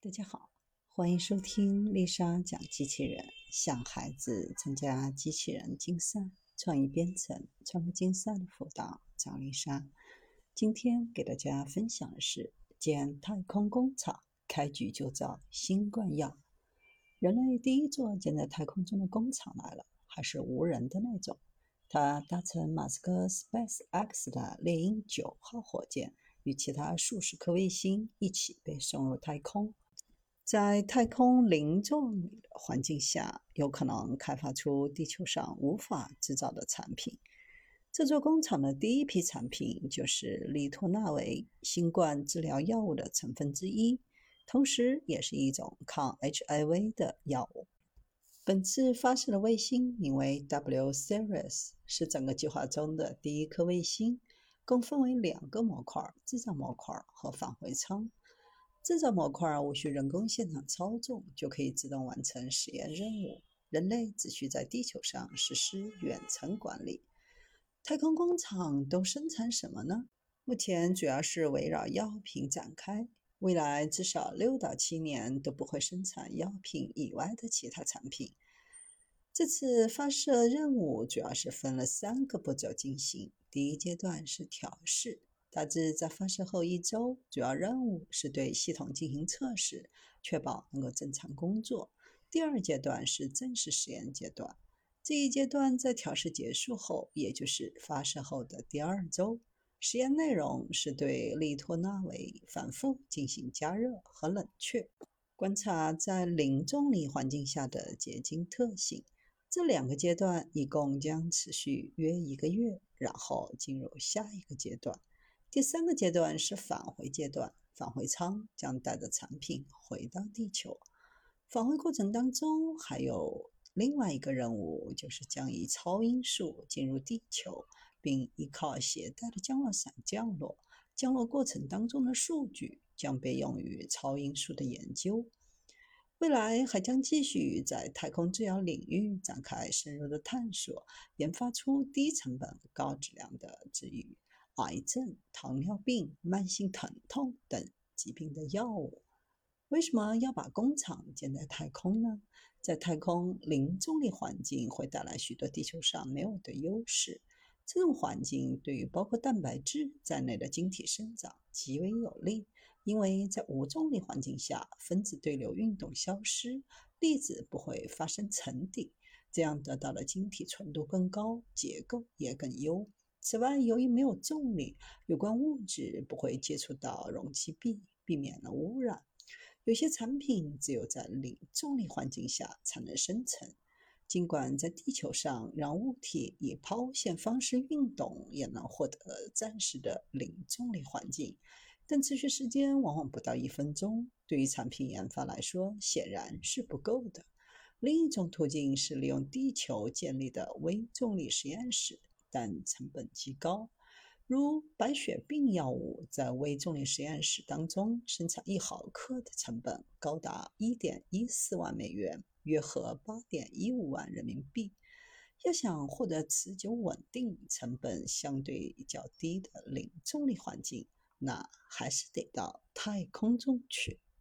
大家好，欢迎收听丽莎讲机器人，向孩子参加机器人竞赛、创意编程、创客竞赛的辅导，找丽莎。今天给大家分享的是建太空工厂，开局就造新冠药。人类第一座建在太空中的工厂来了，还是无人的那种。它搭乘马斯克 SpaceX 的猎鹰9号火箭，与其他数十颗卫星一起被送入太空。在太空零重力的环境下，有可能开发出地球上无法制造的产品。这座工厂的第一批产品就是利托纳韦，新冠治疗药物的成分之一，同时也是一种抗 HIV 的药物。本次发射的卫星名为 W-Series， 是整个计划中的第一颗卫星，共分为2个模块：制造模块和返回舱。制造模块无需人工现场操纵，就可以自动完成实验任务，人类只需在地球上实施远程管理。太空工厂都生产什么呢？目前主要是围绕药品展开，未来至少6到7年都不会生产药品以外的其他产品。这次发射任务主要是分了3个步骤进行。第一阶段是调试，大致在发射后1周，主要任务是对系统进行测试，确保能够正常工作。第二阶段是正式实验阶段，这一阶段在调试结束后，也就是发射后的第2周，实验内容是对利托纳韦反复进行加热和冷却，观察在零重力环境下的结晶特性。这2个阶段一共将持续约1个月，然后进入下一个阶段。第3个阶段是返回阶段，返回舱将带着产品回到地球。返回过程当中还有另外一个任务，就是将以超音速进入地球，并依靠携带的降落伞降落。降落过程当中的数据将被用于超音速的研究。未来还将继续在太空制药领域展开深入的探索，研发出低成本、高质量的治愈癌症、糖尿病、慢性疼痛等疾病的药物。为什么要把工厂建在太空呢？在太空零重力环境会带来许多地球上没有的优势，这种环境对于包括蛋白质在内的晶体生长极为有利。因为在无重力环境下，分子对流运动消失，粒子不会发生沉底，这样得到的晶体纯度更高，结构也更优。此外，由于没有重力，有关物质不会接触到容器壁，避免了污染。有些产品只有在零重力环境下才能生成。尽管在地球上让物体以抛物线方式运动也能获得暂时的零重力环境，但持续时间往往不到1分钟，对于产品研发来说显然是不够的。另一种途径是利用地球建立的微重力实验室，但成本极高。如白血病药物在微重力实验室当中生产1毫克的成本高达 1.14 万美元，约合 8.15 万人民币。要想获得持久稳定、成本相对较低的零重力环境，那还是得到太空中去。